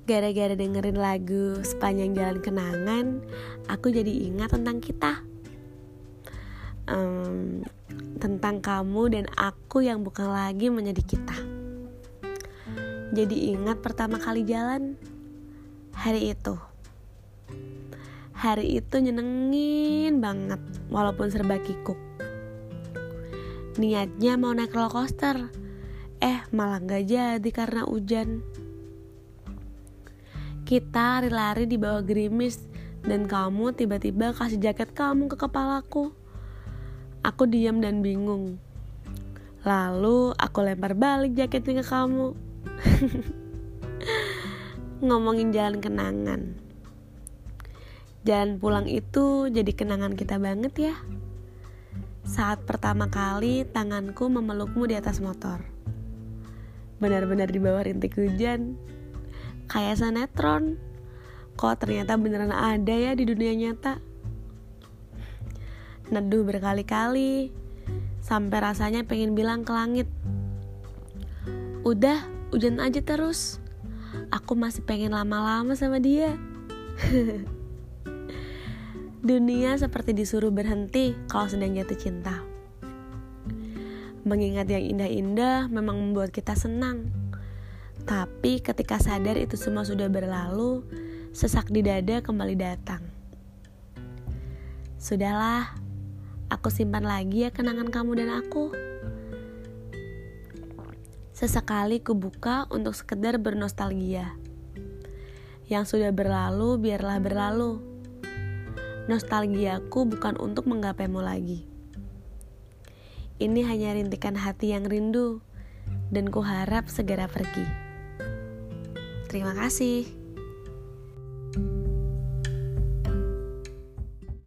Gara-gara dengerin lagu Sepanjang Jalan Kenangan, aku jadi ingat tentang kita, tentang kamu dan aku yang bukan lagi menjadi kita. Jadi ingat pertama kali jalan. Hari itu nyenengin banget, walaupun serba kikuk. Niatnya mau naik roller coaster, malah gak jadi karena hujan. Kita lari-lari di bawah gerimis, dan kamu tiba-tiba kasih jaket kamu ke kepalaku. Aku diam dan bingung. Lalu aku lempar balik jaketnya ke kamu. Ngomongin jalan kenangan. Jalan pulang itu jadi kenangan kita banget ya. Saat pertama kali tanganku memelukmu di atas motor. Benar-benar di bawah rintik hujan. Kayak sinetron. Kok ternyata beneran ada ya di dunia nyata. Neduh berkali-kali, sampai rasanya pengen bilang ke langit, udah, hujan aja terus. Aku masih pengen lama-lama sama dia. Dunia seperti disuruh berhenti kalau sedang jatuh cinta. Mengingat yang indah-indah memang membuat kita senang. Tapi ketika sadar itu semua sudah berlalu, sesak di dada kembali datang. Sudahlah, aku simpan lagi ya kenangan kamu dan aku. Sesekali ku buka untuk sekedar bernostalgia. Yang sudah berlalu biarlah berlalu. Nostalgiaku bukan untuk menggapaimu lagi. Ini hanya rintikan hati yang rindu, dan ku harap segera pergi. Terima kasih.